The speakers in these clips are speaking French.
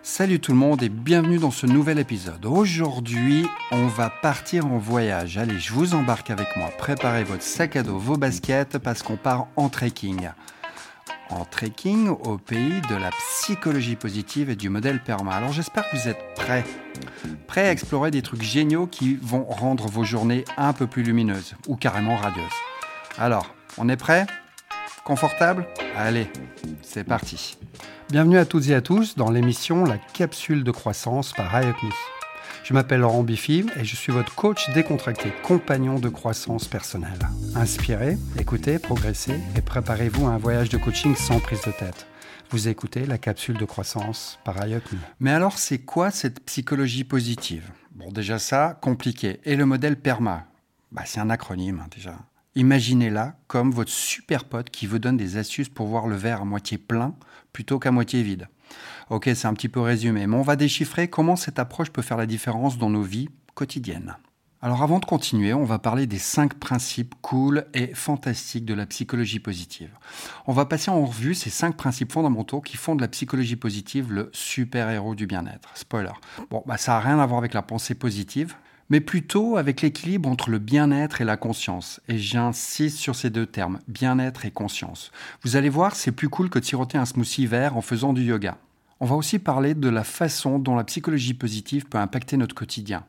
Salut tout le monde et bienvenue dans ce nouvel épisode. Aujourd'hui, on va partir en voyage. Allez, je vous embarque avec moi. Préparez votre sac à dos, vos baskets parce qu'on part en trekking. En trekking au pays de la psychologie positive et du modèle PERMA. Alors j'espère que vous êtes prêts. Prêts à explorer des trucs géniaux qui vont rendre vos journées un peu plus lumineuses ou carrément radieuses. Alors, on est prêts ? Confortable ? Allez, c'est parti. Bienvenue à toutes et à tous dans l'émission La Capsule de Croissance par iUpMe. Je m'appelle Laurent Biffy et je suis votre coach décontracté, compagnon de croissance personnelle. Inspirez, écoutez, progressez et préparez-vous à un voyage de coaching sans prise de tête. Vous écoutez La Capsule de Croissance par iUpMe. Mais alors, c'est quoi cette psychologie positive ? Bon, déjà ça, compliqué. Et le modèle PERMA ? C'est un acronyme déjà. Imaginez-la comme votre super pote qui vous donne des astuces pour voir le verre à moitié plein plutôt qu'à moitié vide. Ok, c'est un petit peu résumé, mais on va déchiffrer comment cette approche peut faire la différence dans nos vies quotidiennes. Alors avant de continuer, on va parler des 5 principes cool et fantastiques de la psychologie positive. On va passer en revue ces 5 principes fondamentaux qui font de la psychologie positive le super-héros du bien-être. Spoiler. Ça n'a rien à voir avec la pensée positive, mais plutôt avec l'équilibre entre le bien-être et la conscience. Et j'insiste sur ces deux termes, bien-être et conscience. Vous allez voir, c'est plus cool que de siroter un smoothie vert en faisant du yoga. On va aussi parler de la façon dont la psychologie positive peut impacter notre quotidien.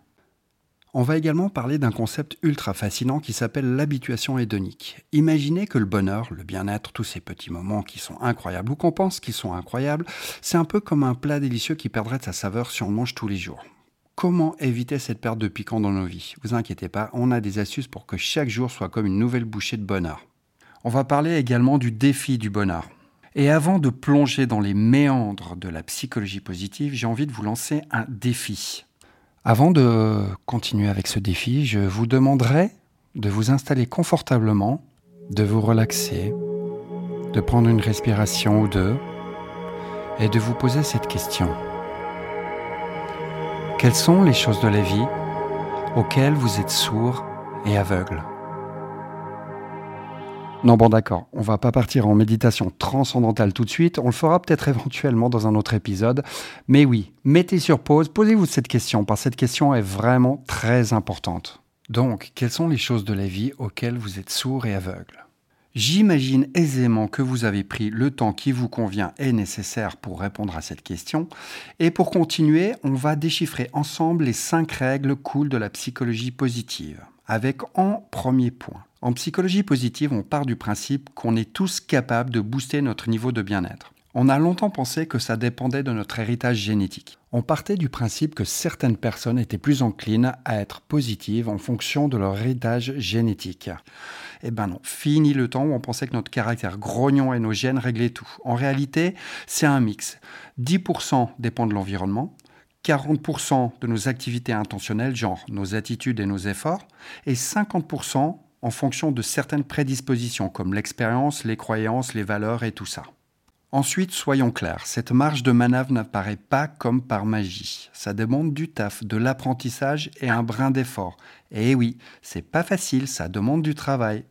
On va également parler d'un concept ultra fascinant qui s'appelle l'habituation hédonique. Imaginez que le bonheur, le bien-être, tous ces petits moments qui sont incroyables ou qu'on pense qu'ils sont incroyables, c'est un peu comme un plat délicieux qui perdrait de sa saveur si on le mange tous les jours. Comment éviter cette perte de piquant dans nos vies ? Vous inquiétez pas, on a des astuces pour que chaque jour soit comme une nouvelle bouchée de bonheur. On va parler également du défi du bonheur. Et avant de plonger dans les méandres de la psychologie positive, j'ai envie de vous lancer un défi. Avant de continuer avec ce défi, je vous demanderai de vous installer confortablement, de vous relaxer, de prendre une respiration ou deux et de vous poser cette question. Quelles sont les choses de la vie auxquelles vous êtes sourd et aveugle ? Non, d'accord, on va pas partir en méditation transcendantale tout de suite, on le fera peut-être éventuellement dans un autre épisode, mais oui, mettez sur pause, posez-vous cette question, parce que cette question est vraiment très importante. Donc, quelles sont les choses de la vie auxquelles vous êtes sourd et aveugle ? J'imagine aisément que vous avez pris le temps qui vous convient et nécessaire pour répondre à cette question. Et pour continuer, on va déchiffrer ensemble les 5 règles cool de la psychologie positive. Avec en premier point. En psychologie positive, on part du principe qu'on est tous capables de booster notre niveau de bien-être. On a longtemps pensé que ça dépendait de notre héritage génétique. On partait du principe que certaines personnes étaient plus enclines à être positives en fonction de leur héritage génétique. Eh ben non, fini le temps où on pensait que notre caractère grognon et nos gènes réglaient tout. En réalité, c'est un mix. 10% dépend de l'environnement, 40% de nos activités intentionnelles, genre nos attitudes et nos efforts, et 50% en fonction de certaines prédispositions comme l'expérience, les croyances, les valeurs et tout ça. Ensuite, soyons clairs, cette marge de manœuvre n'apparaît pas comme par magie. Ça demande du taf, de l'apprentissage et un brin d'effort. Et oui, c'est pas facile, ça demande du travail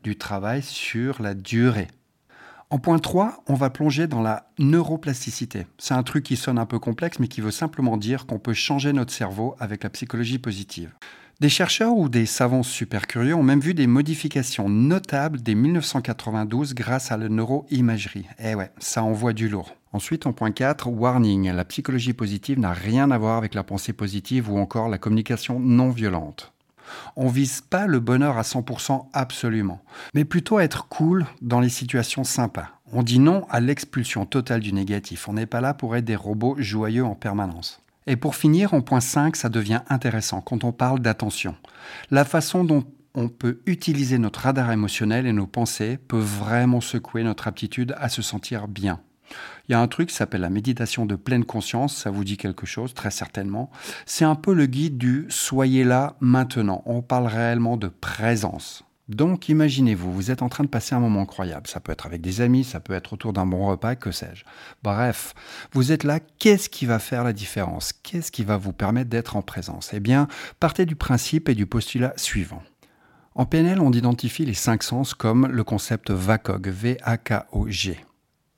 sur la durée. En point 3, on va plonger dans la neuroplasticité. C'est un truc qui sonne un peu complexe, mais qui veut simplement dire qu'on peut changer notre cerveau avec la psychologie positive. Des chercheurs ou des savants super curieux ont même vu des modifications notables dès 1992 grâce à la neuroimagerie. Eh ouais, ça envoie du lourd. Ensuite, en point 4, warning, la psychologie positive n'a rien à voir avec la pensée positive ou encore la communication non violente. On vise pas le bonheur à 100% absolument, mais plutôt à être cool dans les situations sympas. On dit non à l'expulsion totale du négatif. On n'est pas là pour être des robots joyeux en permanence. Et pour finir, en point 5, ça devient intéressant quand on parle d'attention. La façon dont on peut utiliser notre radar émotionnel et nos pensées peut vraiment secouer notre aptitude à se sentir bien. Il y a un truc qui s'appelle la méditation de pleine conscience, ça vous dit quelque chose, très certainement. C'est un peu le guide du « soyez là maintenant ». On parle réellement de présence. Donc imaginez-vous, vous êtes en train de passer un moment incroyable. Ça peut être avec des amis, ça peut être autour d'un bon repas, que sais-je. Bref, vous êtes là, qu'est-ce qui va faire la différence ? Qu'est-ce qui va vous permettre d'être en présence ? Eh bien, partez du principe et du postulat suivant. En PNL, on identifie les 5 sens comme le concept VAKOG, V-A-K-O-G.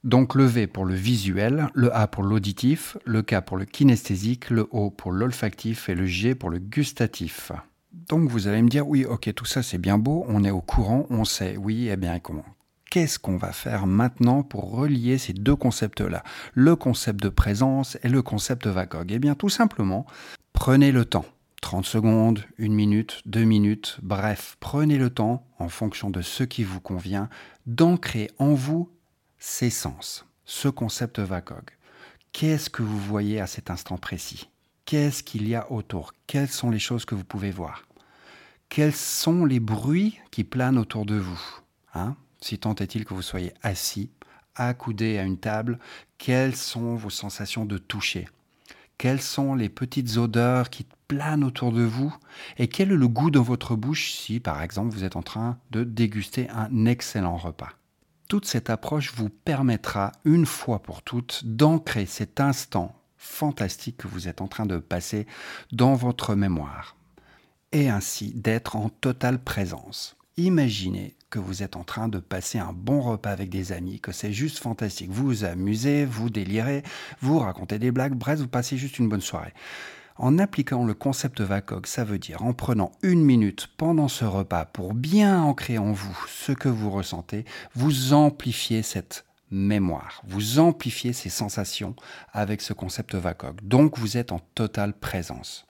Donc le V pour le visuel, le A pour l'auditif, le K pour le kinesthésique, le O pour l'olfactif et le G pour le gustatif. Donc vous allez me dire, oui, ok, tout ça c'est bien beau, on est au courant, on sait, oui, eh bien comment ? Qu'est-ce qu'on va faire maintenant pour relier ces deux concepts-là, le concept de présence et le concept VACOG ? Eh bien tout simplement, prenez le temps. 30 secondes, 1 minute, 2 minutes, bref, prenez le temps, en fonction de ce qui vous convient, d'ancrer en vous ces sens, ce concept VACOG. Qu'est-ce que vous voyez à cet instant précis ? Qu'est-ce qu'il y a autour ? Quelles sont les choses que vous pouvez voir ? Quels sont les bruits qui planent autour de vous ? Si tant est-il que vous soyez assis, accoudé à une table, quelles sont vos sensations de toucher ? Quelles sont les petites odeurs qui planent autour de vous ? Et quel est le goût dans votre bouche si, par exemple, vous êtes en train de déguster un excellent repas ? Toute cette approche vous permettra, une fois pour toutes, d'ancrer cet instant fantastique que vous êtes en train de passer dans votre mémoire. Et ainsi d'être en totale présence. Imaginez que vous êtes en train de passer un bon repas avec des amis, que c'est juste fantastique. Vous vous amusez, vous délirez, vous racontez des blagues, bref, vous passez juste une bonne soirée. En appliquant le concept VACOG, ça veut dire en prenant 1 minute pendant ce repas pour bien ancrer en vous ce que vous ressentez, vous amplifiez cette mémoire, vous amplifiez ces sensations avec ce concept VACOG. Donc vous êtes en totale présence.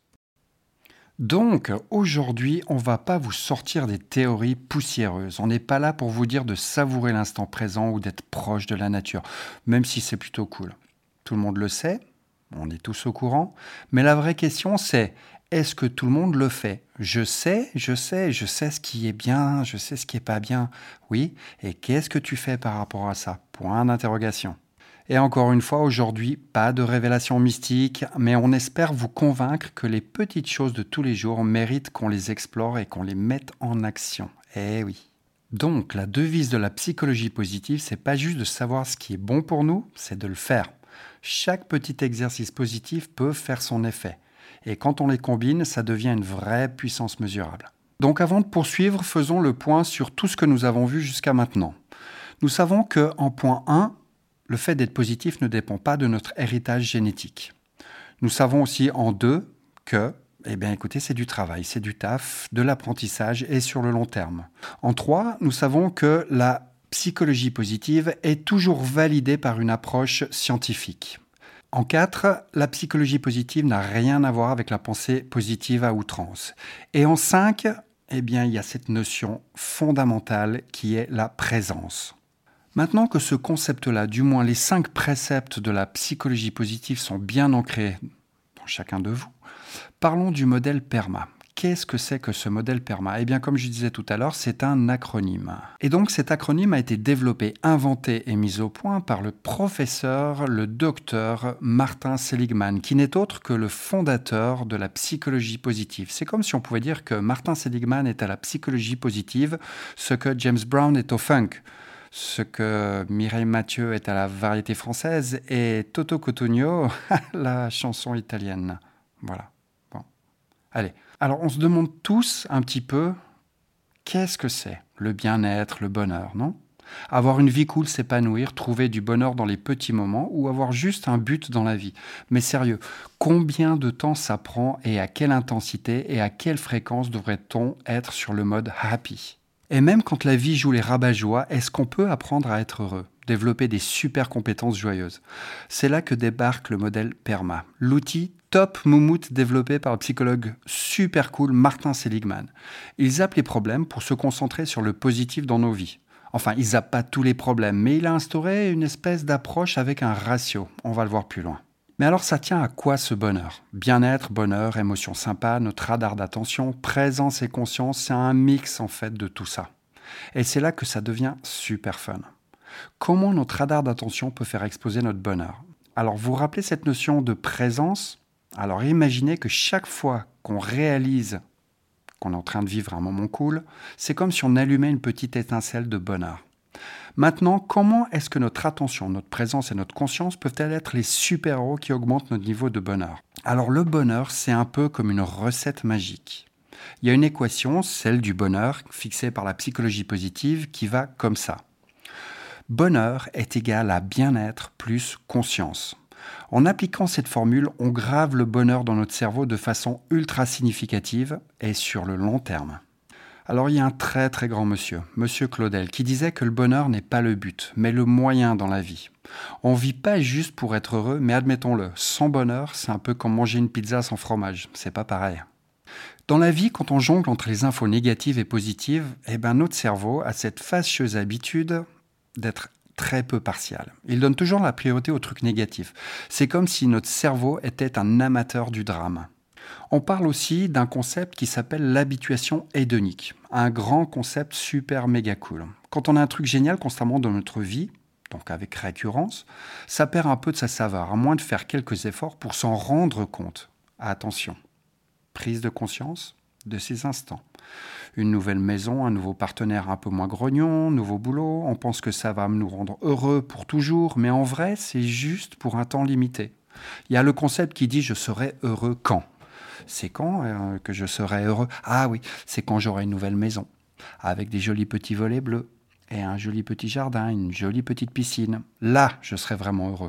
Donc, aujourd'hui, on ne va pas vous sortir des théories poussiéreuses. On n'est pas là pour vous dire de savourer l'instant présent ou d'être proche de la nature, même si c'est plutôt cool. Tout le monde le sait, on est tous au courant, mais la vraie question c'est, est-ce que tout le monde le fait ? Je sais ce qui est bien, je sais ce qui n'est pas bien. Oui, et qu'est-ce que tu fais par rapport à ça ? Point d'interrogation. Et encore une fois, aujourd'hui, pas de révélation mystique, mais on espère vous convaincre que les petites choses de tous les jours méritent qu'on les explore et qu'on les mette en action. Eh oui. Donc, la devise de la psychologie positive, c'est pas juste de savoir ce qui est bon pour nous, c'est de le faire. Chaque petit exercice positif peut faire son effet. Et quand on les combine, ça devient une vraie puissance mesurable. Donc, avant de poursuivre, faisons le point sur tout ce que nous avons vu jusqu'à maintenant. Nous savons qu'en point 1, le fait d'être positif ne dépend pas de notre héritage génétique. Nous savons aussi en 2 que, écoutez, c'est du travail, c'est du taf, de l'apprentissage et sur le long terme. En 3, nous savons que la psychologie positive est toujours validée par une approche scientifique. En 4, la psychologie positive n'a rien à voir avec la pensée positive à outrance. Et en 5, il y a cette notion fondamentale qui est la présence. Maintenant que ce concept-là, du moins les 5 préceptes de la psychologie positive sont bien ancrés dans chacun de vous, parlons du modèle PERMA. Qu'est-ce que c'est que ce modèle PERMA ? Eh bien, comme je disais tout à l'heure, c'est un acronyme. Et donc, cet acronyme a été développé, inventé et mis au point par le professeur, le docteur Martin Seligman, qui n'est autre que le fondateur de la psychologie positive. C'est comme si on pouvait dire que Martin Seligman est à la psychologie positive, ce que James Brown est au funk, ce que Mireille Mathieu est à la variété française et Toto Cotugno à la chanson italienne. Voilà. Bon. Allez. Alors, on se demande tous un petit peu, qu'est-ce que c'est ? Le bien-être, le bonheur, non ? Avoir une vie cool, s'épanouir, trouver du bonheur dans les petits moments ou avoir juste un but dans la vie. Mais sérieux, combien de temps ça prend et à quelle intensité et à quelle fréquence devrait-on être sur le mode happy ? Et même quand la vie joue les rabat-joie, est-ce qu'on peut apprendre à être heureux ? Développer des super compétences joyeuses. C'est là que débarque le modèle PERMA, l'outil top moumoute développé par le psychologue super cool Martin Seligman. Il zappe les problèmes pour se concentrer sur le positif dans nos vies. Enfin, il zappe pas tous les problèmes, mais il a instauré une espèce d'approche avec un ratio. On va le voir plus loin. Mais alors ça tient à quoi ce bonheur ? Bien-être, bonheur, émotions sympas, notre radar d'attention, présence et conscience, c'est un mix en fait de tout ça. Et c'est là que ça devient super fun. Comment notre radar d'attention peut faire exploser notre bonheur ? Alors vous vous rappelez cette notion de présence ? Alors imaginez que chaque fois qu'on réalise qu'on est en train de vivre un moment cool, c'est comme si on allumait une petite étincelle de bonheur. Maintenant, comment est-ce que notre attention, notre présence et notre conscience peuvent-elles être les super-héros qui augmentent notre niveau de bonheur ? Alors le bonheur, c'est un peu comme une recette magique. Il y a une équation, celle du bonheur, fixée par la psychologie positive, qui va comme ça. Bonheur est égal à bien-être plus conscience. En appliquant cette formule, on grave le bonheur dans notre cerveau de façon ultra significative et sur le long terme. Alors il y a un très très grand monsieur Claudel, qui disait que le bonheur n'est pas le but, mais le moyen dans la vie. On ne vit pas juste pour être heureux, mais admettons-le, sans bonheur, c'est un peu comme manger une pizza sans fromage, c'est pas pareil. Dans la vie, quand on jongle entre les infos négatives et positives, notre cerveau a cette fâcheuse habitude d'être très peu partial. Il donne toujours la priorité aux trucs négatifs. C'est comme si notre cerveau était un amateur du drame. On parle aussi d'un concept qui s'appelle l'habituation hédonique. Un grand concept super méga cool. Quand on a un truc génial constamment dans notre vie, donc avec récurrence, ça perd un peu de sa saveur, à moins de faire quelques efforts pour s'en rendre compte. Attention, prise de conscience de ces instants. Une nouvelle maison, un nouveau partenaire un peu moins grognon, nouveau boulot, on pense que ça va nous rendre heureux pour toujours, mais en vrai, c'est juste pour un temps limité. Il y a le concept qui dit « je serai heureux quand ?» C'est quand que je serai heureux ? Ah oui, c'est quand j'aurai une nouvelle maison, avec des jolis petits volets bleus, et un joli petit jardin, une jolie petite piscine. Là, je serai vraiment heureux.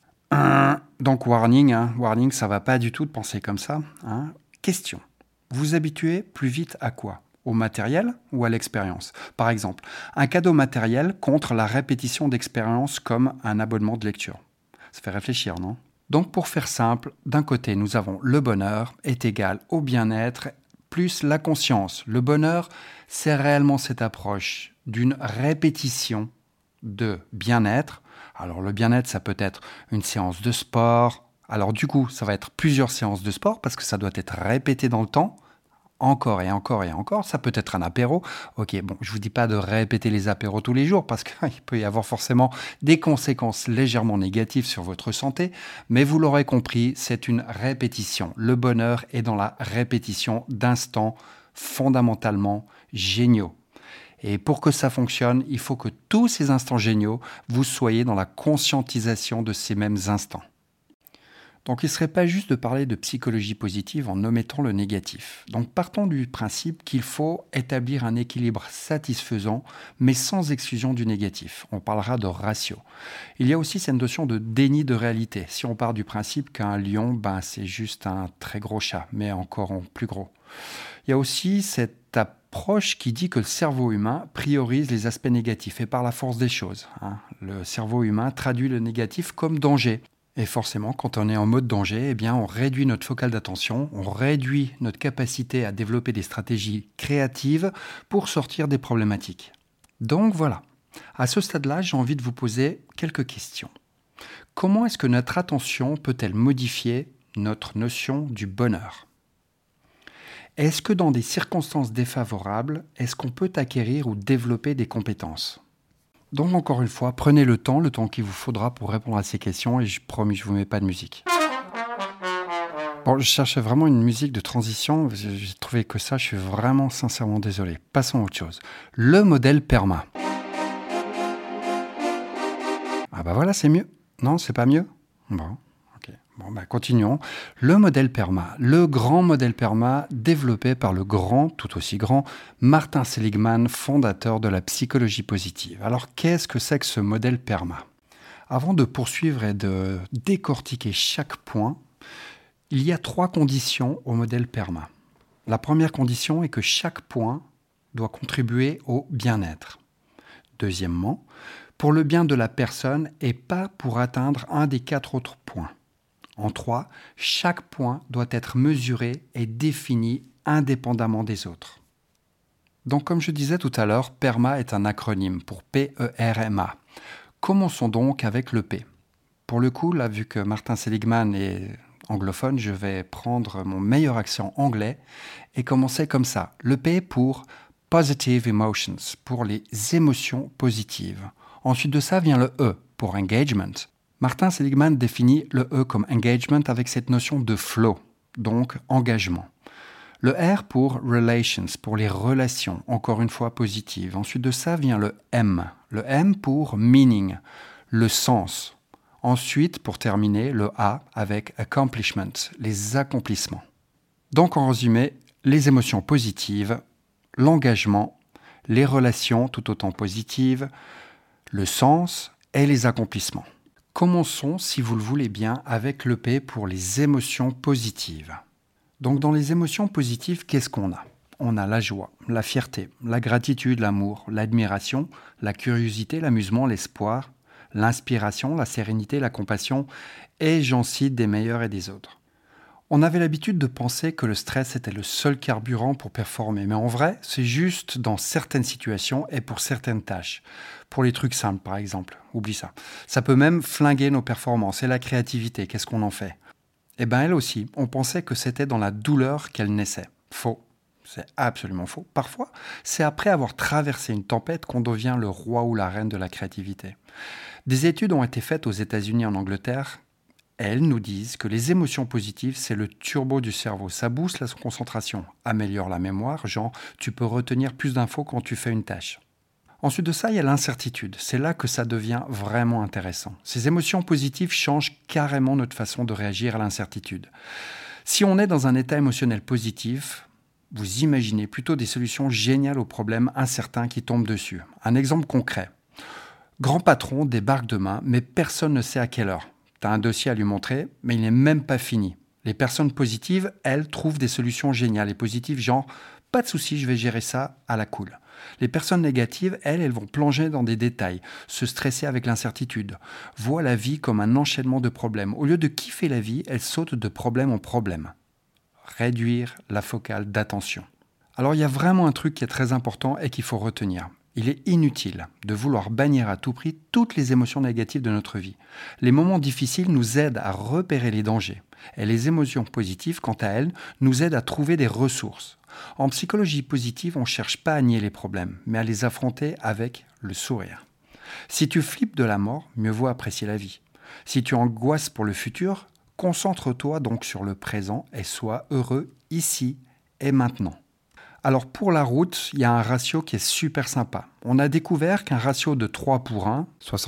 Donc warning, ça va pas du tout de penser comme ça. Question, vous habituez plus vite à quoi ? Au matériel ou à l'expérience ? Par exemple, un cadeau matériel contre la répétition d'expériences comme un abonnement de lecture. Ça fait réfléchir, non ? Donc pour faire simple, d'un côté nous avons le bonheur est égal au bien-être plus la conscience. Le bonheur, c'est réellement cette approche d'une répétition de bien-être. Alors le bien-être, ça peut être une séance de sport. Alors du coup, ça va être plusieurs séances de sport parce que ça doit être répété dans le temps. Encore et encore et encore, ça peut être un apéro. Ok, bon, je vous dis pas de répéter les apéros tous les jours parce qu'il peut y avoir forcément des conséquences légèrement négatives sur votre santé, mais vous l'aurez compris, c'est une répétition. Le bonheur est dans la répétition d'instants fondamentalement géniaux. Et pour que ça fonctionne, il faut que tous ces instants géniaux, vous soyez dans la conscientisation de ces mêmes instants. Donc il ne serait pas juste de parler de psychologie positive en omettant le négatif. Donc partons du principe qu'il faut établir un équilibre satisfaisant, mais sans exclusion du négatif. On parlera de ratio. Il y a aussi cette notion de déni de réalité. Si on part du principe qu'un lion, c'est juste un très gros chat, mais encore plus gros. Il y a aussi cette approche qui dit que le cerveau humain priorise les aspects négatifs et par la force des choses. Le cerveau humain traduit le négatif comme danger. Et forcément, quand on est en mode danger, on réduit notre focale d'attention, on réduit notre capacité à développer des stratégies créatives pour sortir des problématiques. Donc voilà, à ce stade-là, j'ai envie de vous poser quelques questions. Comment est-ce que notre attention peut-elle modifier notre notion du bonheur ? Est-ce que dans des circonstances défavorables, est-ce qu'on peut acquérir ou développer des compétences ? Donc encore une fois, prenez le temps qu'il vous faudra pour répondre à ces questions et je promets, je ne vous mets pas de musique. Bon, je cherchais vraiment une musique de transition, j'ai trouvé que ça, je suis vraiment sincèrement désolé. Passons à autre chose. Le modèle PERMA. Ah voilà, c'est mieux. Non, c'est pas mieux ? Bon. Continuons. Le modèle PERMA, le grand modèle PERMA développé par le grand, tout aussi grand, Martin Seligman, fondateur de la psychologie positive. Alors, qu'est-ce que c'est que ce modèle PERMA ? Avant de poursuivre et de décortiquer chaque point, il y a 3 conditions au modèle PERMA. La première condition est que chaque point doit contribuer au bien-être. Deuxièmement, pour le bien de la personne et pas pour atteindre un des 4 autres points. En 3, chaque point doit être mesuré et défini indépendamment des autres. Donc comme je disais tout à l'heure, PERMA est un acronyme pour P-E-R-M-A. Commençons donc avec le P. Pour le coup, là, vu que Martin Seligman est anglophone, je vais prendre mon meilleur accent anglais et commencer comme ça. Le P pour Positive Emotions, pour les émotions positives. Ensuite de ça vient le E pour Engagement. Martin Seligman définit le E comme engagement avec cette notion de flow, donc engagement. Le R pour relations, pour les relations, encore une fois positives. Ensuite de ça vient le M pour meaning, le sens. Ensuite, pour terminer, le A avec accomplishment, les accomplissements. Donc en résumé, les émotions positives, l'engagement, les relations tout autant positives, le sens et les accomplissements. Commençons, si vous le voulez bien, avec le P pour les émotions positives. Donc dans les émotions positives, qu'est-ce qu'on a ? On a la joie, la fierté, la gratitude, l'amour, l'admiration, la curiosité, l'amusement, l'espoir, l'inspiration, la sérénité, la compassion, et j'en cite des meilleurs et des autres. On avait l'habitude de penser que le stress était le seul carburant pour performer, mais en vrai, c'est juste dans certaines situations et pour certaines tâches. Pour les trucs simples, par exemple, oublie ça. Ça peut même flinguer nos performances et la créativité, qu'est-ce qu'on en fait ? Eh bien, elle aussi, on pensait que c'était dans la douleur qu'elle naissait. Faux. C'est absolument faux. Parfois, c'est après avoir traversé une tempête qu'on devient le roi ou la reine de la créativité. Des études ont été faites aux États-Unis et en Angleterre. Elles nous disent que les émotions positives, c'est le turbo du cerveau. Ça booste la concentration, améliore la mémoire, genre tu peux retenir plus d'infos quand tu fais une tâche. Ensuite de ça, il y a l'incertitude. C'est là que ça devient vraiment intéressant. Ces émotions positives changent carrément notre façon de réagir à l'incertitude. Si on est dans un état émotionnel positif, vous imaginez plutôt des solutions géniales aux problèmes incertains qui tombent dessus. Un exemple concret. Grand patron débarque demain, mais personne ne sait à quelle heure. Tu as un dossier à lui montrer, mais il n'est même pas fini. Les personnes positives, elles, trouvent des solutions géniales et positives, genre « pas de souci, je vais gérer ça à la cool ». Les personnes négatives, elles vont plonger dans des détails, se stresser avec l'incertitude, voient la vie comme un enchaînement de problèmes. Au lieu de kiffer la vie, elles sautent de problème en problème. Réduire la focale d'attention. Alors il y a vraiment un truc qui est très important et qu'il faut retenir. Il est inutile de vouloir bannir à tout prix toutes les émotions négatives de notre vie. Les moments difficiles nous aident à repérer les dangers. Et les émotions positives, quant à elles, nous aident à trouver des ressources. En psychologie positive, on ne cherche pas à nier les problèmes, mais à les affronter avec le sourire. Si tu flippes de la mort, mieux vaut apprécier la vie. Si tu angoisses pour le futur, concentre-toi donc sur le présent et sois heureux ici et maintenant. Alors pour la route, il y a un ratio qui est super sympa. On a découvert qu'un ratio de 3 pour 1,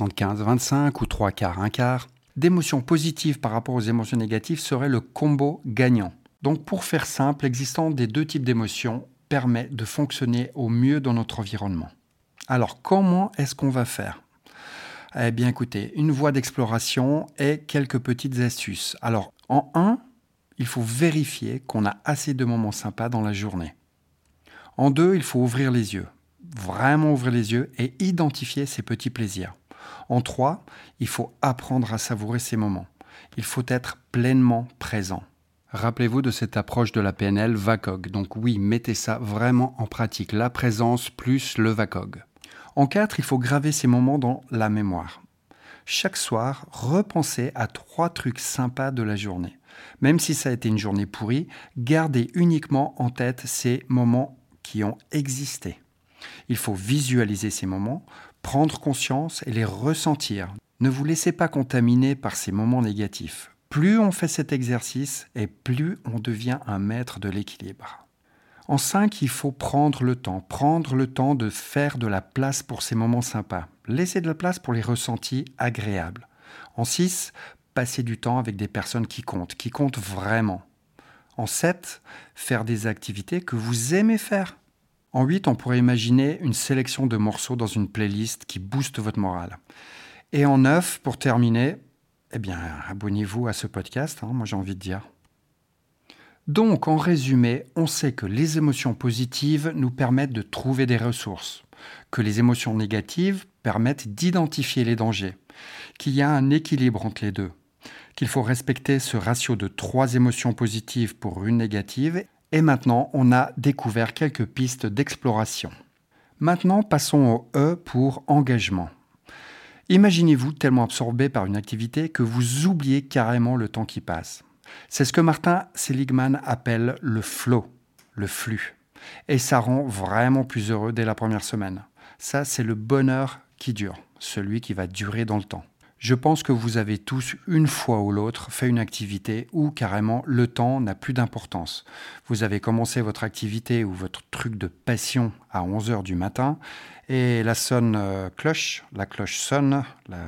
75-25 ou 3 quarts, 1 quart, d'émotions positives par rapport aux émotions négatives serait le combo gagnant. Donc pour faire simple, l'existence des deux types d'émotions permet de fonctionner au mieux dans notre environnement. Alors comment est-ce qu'on va faire ? Eh bien écoutez, une voie d'exploration et quelques petites astuces. Alors en 1, il faut vérifier qu'on a assez de moments sympas dans la journée. En 2, il faut ouvrir les yeux, vraiment ouvrir les yeux et identifier ces petits plaisirs. En 3, il faut apprendre à savourer ces moments. Il faut être pleinement présent. Rappelez-vous de cette approche de la PNL VACOG. Donc oui, mettez ça vraiment en pratique, la présence plus le VACOG. En 4, il faut graver ces moments dans la mémoire. Chaque soir, repensez à 3 trucs sympas de la journée. Même si ça a été une journée pourrie, gardez uniquement en tête ces moments qui ont existé. Il faut visualiser ces moments, prendre conscience et les ressentir. Ne vous laissez pas contaminer par ces moments négatifs. Plus on fait cet exercice et plus on devient un maître de l'équilibre. En 5, il faut prendre le temps de faire de la place pour ces moments sympas. Laissez de la place pour les ressentis agréables. En 6, passez du temps avec des personnes qui comptent vraiment. En 7, faire des activités que vous aimez faire. En 8, on pourrait imaginer une sélection de morceaux dans une playlist qui booste votre morale. Et en 9, pour terminer, eh bien, abonnez-vous à ce podcast, moi j'ai envie de dire. Donc, en résumé, on sait que les émotions positives nous permettent de trouver des ressources, que les émotions négatives permettent d'identifier les dangers, qu'il y a un équilibre entre les deux, qu'il faut respecter ce ratio de 3 émotions positives pour une négative. Et maintenant, on a découvert quelques pistes d'exploration. Maintenant, passons au E pour engagement. Imaginez-vous tellement absorbé par une activité que vous oubliez carrément le temps qui passe. C'est ce que Martin Seligman appelle le flow, le flux. Et ça rend vraiment plus heureux dès la première semaine. Ça, c'est le bonheur qui dure, celui qui va durer dans le temps. Je pense que vous avez tous, une fois ou l'autre, fait une activité où carrément le temps n'a plus d'importance. Vous avez commencé votre activité ou votre truc de passion à 11 heures du matin et la cloche sonne,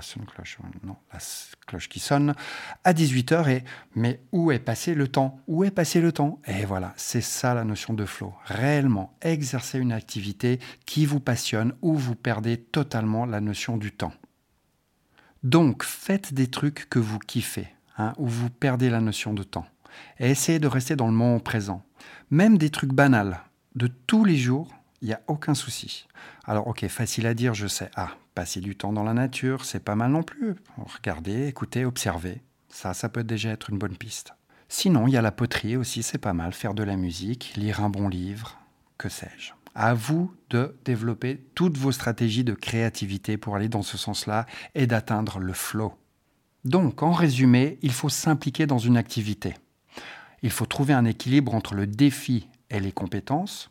la cloche qui sonne à 18 heures et mais où est passé le temps? Où est passé le temps? Et voilà, c'est ça la notion de flow. Réellement exercer une activité qui vous passionne où vous perdez totalement la notion du temps. Donc, faites des trucs que vous kiffez, où vous perdez la notion de temps. Et essayez de rester dans le moment présent. Même des trucs banals, de tous les jours, il n'y a aucun souci. Alors, ok, facile à dire, je sais. Passer du temps dans la nature, c'est pas mal non plus. Regardez, écoutez, observez. Ça peut déjà être une bonne piste. Sinon, il y a la poterie aussi, c'est pas mal. Faire de la musique, lire un bon livre, que sais-je. À vous de développer toutes vos stratégies de créativité pour aller dans ce sens-là et d'atteindre le flow. Donc, en résumé, il faut s'impliquer dans une activité. Il faut trouver un équilibre entre le défi et les compétences,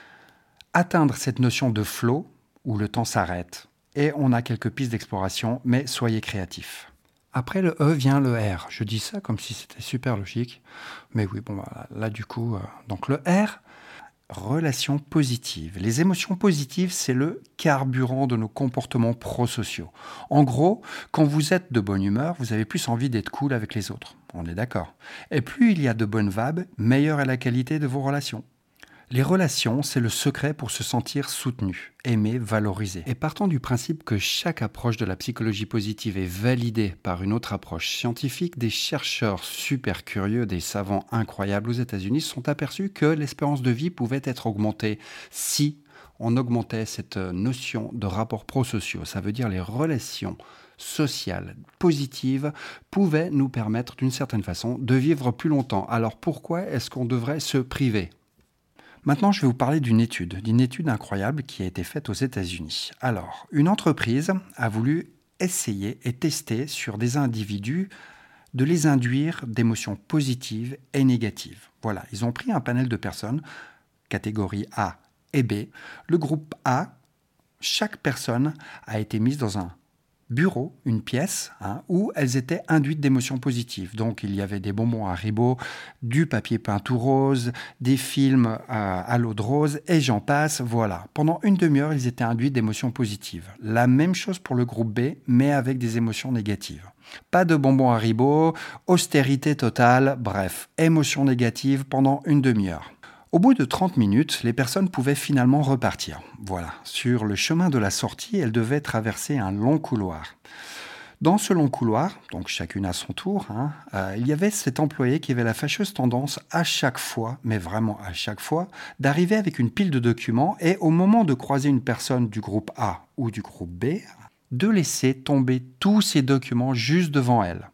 atteindre cette notion de flow où le temps s'arrête. Et on a quelques pistes d'exploration, mais soyez créatifs. Après le E vient le R. Je dis ça comme si c'était super logique. Mais oui, là du coup, donc le R, relations positives. Les émotions positives, c'est le carburant de nos comportements prosociaux. En gros, quand vous êtes de bonne humeur, vous avez plus envie d'être cool avec les autres. On est d'accord. Et plus il y a de bonnes vibes, meilleure est la qualité de vos relations. Les relations, c'est le secret pour se sentir soutenu, aimé, valorisé. Et partant du principe que chaque approche de la psychologie positive est validée par une autre approche scientifique, des chercheurs super curieux, des savants incroyables aux États-Unis se sont aperçus que l'espérance de vie pouvait être augmentée si on augmentait cette notion de rapports prosociaux. Ça veut dire les relations sociales positives pouvaient nous permettre d'une certaine façon de vivre plus longtemps. Alors pourquoi est-ce qu'on devrait se priver ? Maintenant, je vais vous parler d'une étude incroyable qui a été faite aux États-Unis. Alors, une entreprise a voulu essayer et tester sur des individus de les induire d'émotions positives et négatives. Voilà, ils ont pris un panel de personnes, catégorie A et B. Le groupe A, chaque personne a été mise dans un bureau, une pièce, où elles étaient induites d'émotions positives. Donc il y avait des bonbons Haribo, du papier peint tout rose, des films à l'eau de rose, et j'en passe, voilà. Pendant une demi-heure, ils étaient induits d'émotions positives. La même chose pour le groupe B, mais avec des émotions négatives. Pas de bonbons Haribo, austérité totale, bref, émotions négatives pendant une demi-heure. Au bout de 30 minutes, les personnes pouvaient finalement repartir. Voilà, sur le chemin de la sortie, elles devaient traverser un long couloir. Dans ce long couloir, donc chacune à son tour, il y avait cet employé qui avait la fâcheuse tendance à chaque fois, mais vraiment à chaque fois, d'arriver avec une pile de documents et au moment de croiser une personne du groupe A ou du groupe B, de laisser tomber tous ces documents juste devant elle.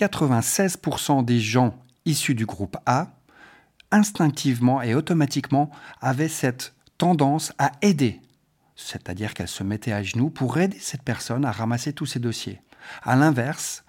96% des gens issus du groupe A instinctivement et automatiquement avait cette tendance à aider. C'est-à-dire qu'elle se mettait à genoux pour aider cette personne à ramasser tous ses dossiers. À l'inverse,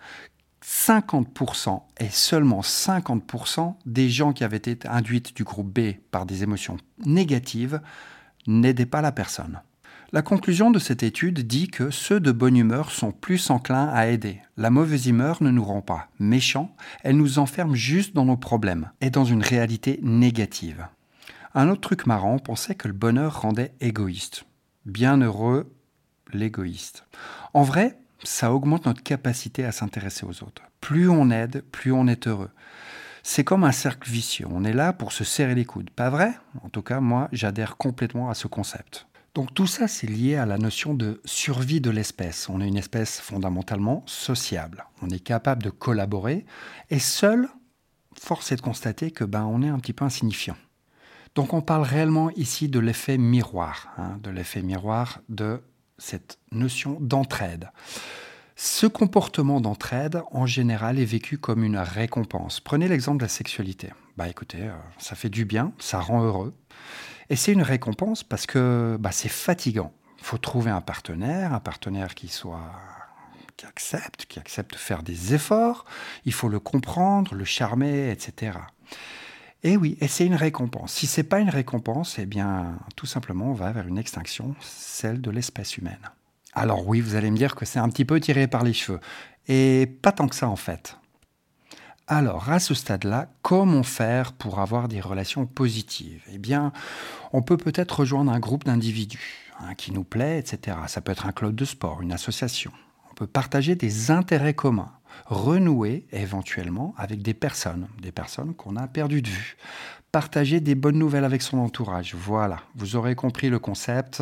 50% et seulement 50% des gens qui avaient été induits du groupe B par des émotions négatives n'aidaient pas la personne. La conclusion de cette étude dit que ceux de bonne humeur sont plus enclins à aider. La mauvaise humeur ne nous rend pas méchants, elle nous enferme juste dans nos problèmes et dans une réalité négative. Un autre truc marrant, on pensait que le bonheur rendait égoïste. Bien heureux, l'égoïste. En vrai, ça augmente notre capacité à s'intéresser aux autres. Plus on aide, plus on est heureux. C'est comme un cercle vicieux, on est là pour se serrer les coudes, pas vrai ? En tout cas, moi, j'adhère complètement à ce concept. Donc tout ça, c'est lié à la notion de survie de l'espèce. On est une espèce fondamentalement sociable. On est capable de collaborer et seul, force est de constater que on est un petit peu insignifiant. Donc on parle réellement ici de l'effet miroir, de l'effet miroir de cette notion d'entraide. Ce comportement d'entraide, en général, est vécu comme une récompense. Prenez l'exemple de la sexualité. Écoutez, ça fait du bien, ça rend heureux. Et c'est une récompense parce que c'est fatigant. Il faut trouver un partenaire qui accepte de faire des efforts. Il faut le comprendre, le charmer, etc. Et oui, et c'est une récompense. Si ce n'est pas une récompense, tout simplement, on va vers une extinction, celle de l'espèce humaine. Alors oui, vous allez me dire que c'est un petit peu tiré par les cheveux. Et pas tant que ça en fait. Alors, à ce stade-là, comment faire pour avoir des relations positives? Eh bien, on peut peut-être rejoindre un groupe d'individus qui nous plaît, etc. Ça peut être un club de sport, une association. On peut partager des intérêts communs, renouer éventuellement avec des personnes qu'on a perdues de vue. Partager des bonnes nouvelles avec son entourage. Voilà, vous aurez compris le concept.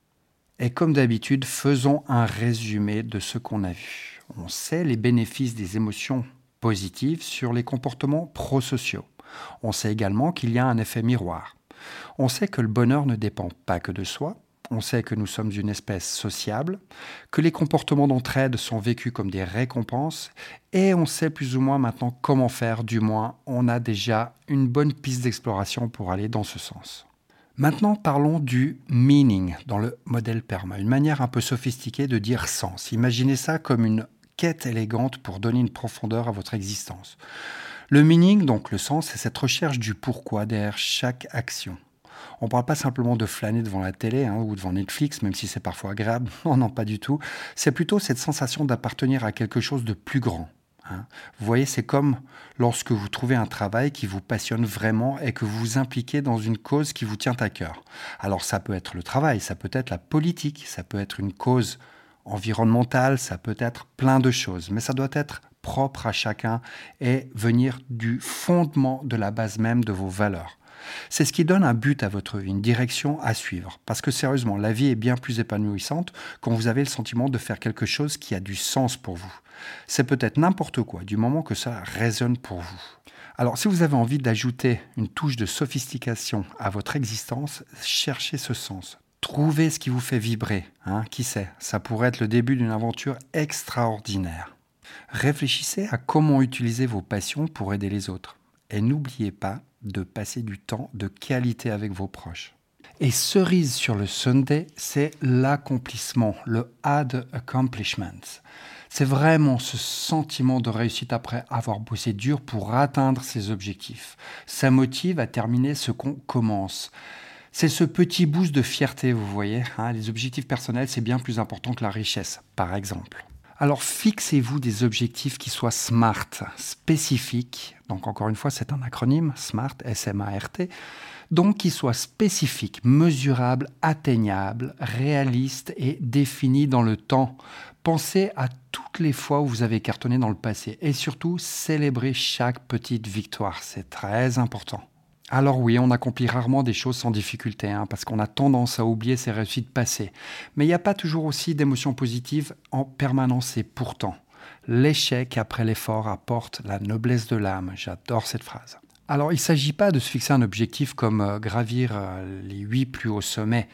Et comme d'habitude, faisons un résumé de ce qu'on a vu. On sait les bénéfices des émotions positives sur les comportements prosociaux. On sait également qu'il y a un effet miroir. On sait que le bonheur ne dépend pas que de soi. On sait que nous sommes une espèce sociable, que les comportements d'entraide sont vécus comme des récompenses, et on sait plus ou moins maintenant comment faire, du moins on a déjà une bonne piste d'exploration pour aller dans ce sens. Maintenant, parlons du meaning dans le modèle PERMA, une manière un peu sophistiquée de dire sens. Imaginez ça comme une quête élégante pour donner une profondeur à votre existence. Le meaning, donc le sens, c'est cette recherche du pourquoi derrière chaque action. On ne parle pas simplement de flâner devant la télé ou devant Netflix, même si c'est parfois agréable. Non, pas du tout. C'est plutôt cette sensation d'appartenir à quelque chose de plus grand. Vous voyez, c'est comme lorsque vous trouvez un travail qui vous passionne vraiment et que vous vous impliquez dans une cause qui vous tient à cœur. Alors ça peut être le travail, ça peut être la politique, ça peut être une cause environnementale, ça peut être plein de choses. Mais ça doit être propre à chacun et venir du fondement de la base même de vos valeurs. C'est ce qui donne un but à votre vie, une direction à suivre. Parce que sérieusement, la vie est bien plus épanouissante quand vous avez le sentiment de faire quelque chose qui a du sens pour vous. C'est peut-être n'importe quoi, du moment que ça résonne pour vous. Alors, si vous avez envie d'ajouter une touche de sophistication à votre existence, cherchez ce sens. Trouvez ce qui vous fait vibrer. Qui sait, ça pourrait être le début d'une aventure extraordinaire. Réfléchissez à comment utiliser vos passions pour aider les autres. Et n'oubliez pas de passer du temps de qualité avec vos proches. Et cerise sur le sundae, c'est l'accomplissement, le had accomplishment. C'est vraiment ce sentiment de réussite après avoir bossé dur pour atteindre ses objectifs. Ça motive à terminer ce qu'on commence. C'est ce petit boost de fierté, vous voyez. Les objectifs personnels, c'est bien plus important que la richesse, par exemple. Alors fixez-vous des objectifs qui soient SMART, spécifiques. Donc encore une fois, c'est un acronyme, SMART, S-M-A-R-T. Donc qui soient spécifiques, mesurables, atteignables, réalistes et définis dans le temps. Pensez à toutes les fois où vous avez cartonné dans le passé et surtout célébrez chaque petite victoire. C'est très important. Alors oui, on accomplit rarement des choses sans difficulté, parce qu'on a tendance à oublier ses réussites passées. Mais il n'y a pas toujours aussi d'émotions positives en permanence et pourtant, l'échec après l'effort apporte la noblesse de l'âme. J'adore cette phrase. Alors il ne s'agit pas de se fixer un objectif comme gravir les 8 plus hauts sommets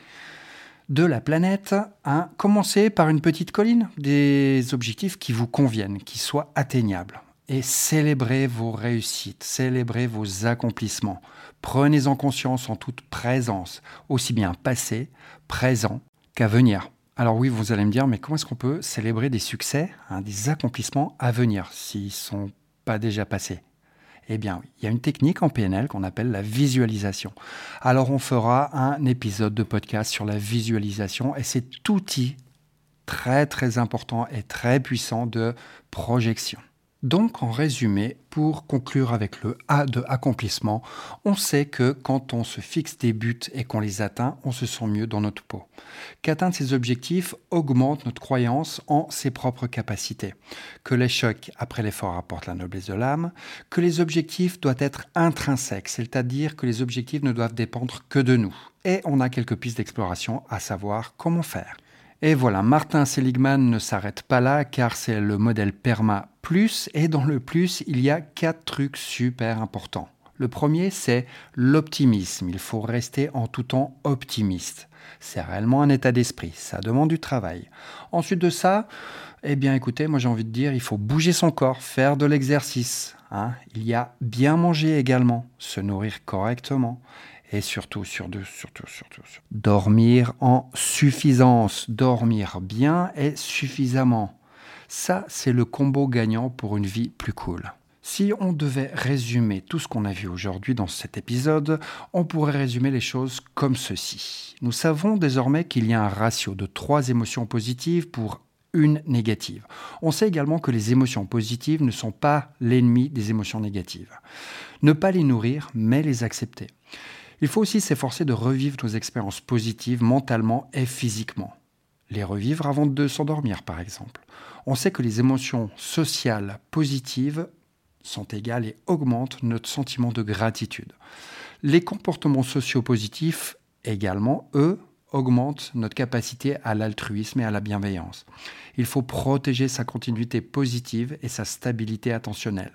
de la planète. Commencez par une petite colline, des objectifs qui vous conviennent, qui soient atteignables. Et célébrez vos réussites, célébrez vos accomplissements. Prenez-en conscience en toute présence, aussi bien passé, présent qu'à venir. Alors oui, vous allez me dire, mais comment est-ce qu'on peut célébrer des succès, des accomplissements à venir, s'ils ne sont pas déjà passés? Eh bien oui, il y a une technique en PNL qu'on appelle la visualisation. Alors on fera un épisode de podcast sur la visualisation et cet outil très très important et très puissant de projection. Donc, en résumé, pour conclure avec le A de accomplissement, on sait que quand on se fixe des buts et qu'on les atteint, on se sent mieux dans notre peau. Qu'atteindre ces objectifs augmente notre croyance en ses propres capacités. Que l'échec après l'effort apporte la noblesse de l'âme. Que les objectifs doivent être intrinsèques, c'est-à-dire que les objectifs ne doivent dépendre que de nous. Et on a quelques pistes d'exploration à savoir comment faire. Et voilà, Martin Seligman ne s'arrête pas là car c'est le modèle PERMA+, et dans le plus, il y a 4 trucs super importants. Le premier, c'est l'optimisme. Il faut rester en tout temps optimiste. C'est réellement un état d'esprit, ça demande du travail. Ensuite de ça, écoutez, moi j'ai envie de dire, il faut bouger son corps, faire de l'exercice. Il y a bien manger également, se nourrir correctement. Et surtout, dormir en suffisance, dormir bien et suffisamment. Ça, c'est le combo gagnant pour une vie plus cool. Si on devait résumer tout ce qu'on a vu aujourd'hui dans cet épisode, on pourrait résumer les choses comme ceci. Nous savons désormais qu'il y a un ratio de 3 émotions positives pour une négative. On sait également que les émotions positives ne sont pas l'ennemi des émotions négatives. Ne pas les nourrir, mais les accepter. Il faut aussi s'efforcer de revivre nos expériences positives mentalement et physiquement. Les revivre avant de s'endormir, par exemple. On sait que les émotions sociales positives sont égales et augmentent notre sentiment de gratitude. Les comportements sociaux positifs, également, eux, augmentent notre capacité à l'altruisme et à la bienveillance. Il faut protéger sa continuité positive et sa stabilité attentionnelle.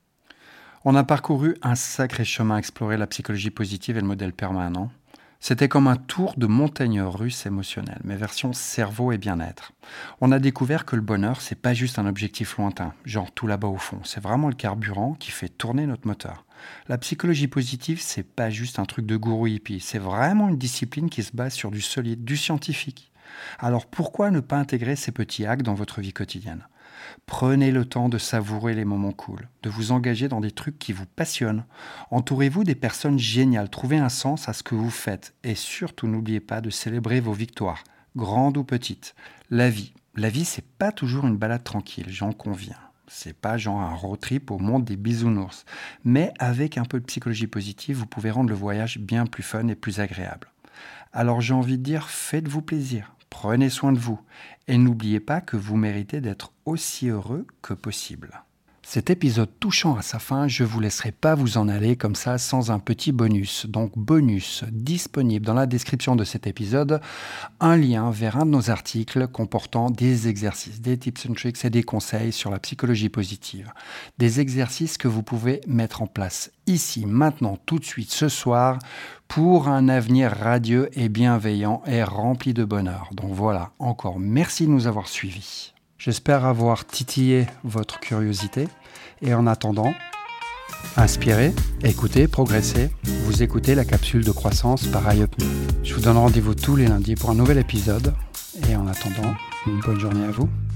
On a parcouru un sacré chemin à explorer la psychologie positive et le modèle permanent. C'était comme un tour de montagne russe émotionnelle, mais version cerveau et bien-être. On a découvert que le bonheur, c'est pas juste un objectif lointain, genre tout là-bas au fond. C'est vraiment le carburant qui fait tourner notre moteur. La psychologie positive, c'est pas juste un truc de gourou hippie. C'est vraiment une discipline qui se base sur du solide, du scientifique. Alors pourquoi ne pas intégrer ces petits hacks dans votre vie quotidienne ? Prenez le temps de savourer les moments cool, de vous engager dans des trucs qui vous passionnent. Entourez-vous des personnes géniales, trouvez un sens à ce que vous faites et surtout n'oubliez pas de célébrer vos victoires, grandes ou petites. La vie, c'est pas toujours une balade tranquille, j'en conviens. C'est pas genre un road trip au monde des bisounours. Mais avec un peu de psychologie positive, vous pouvez rendre le voyage bien plus fun et plus agréable. Alors j'ai envie de dire, faites-vous plaisir. Prenez soin de vous et n'oubliez pas que vous méritez d'être aussi heureux que possible. Cet épisode touchant à sa fin, je ne vous laisserai pas vous en aller comme ça sans un petit bonus. Donc bonus disponible dans la description de cet épisode, un lien vers un de nos articles comportant des exercices, des tips and tricks et des conseils sur la psychologie positive. Des exercices que vous pouvez mettre en place ici, maintenant, tout de suite, ce soir, pour un avenir radieux et bienveillant et rempli de bonheur. Donc voilà, encore merci de nous avoir suivis. J'espère avoir titillé votre curiosité et en attendant, inspirez, écoutez, progressez. Vous écoutez la capsule de croissance par iUpMe. Je vous donne rendez-vous tous les lundis pour un nouvel épisode et en attendant, une bonne journée à vous.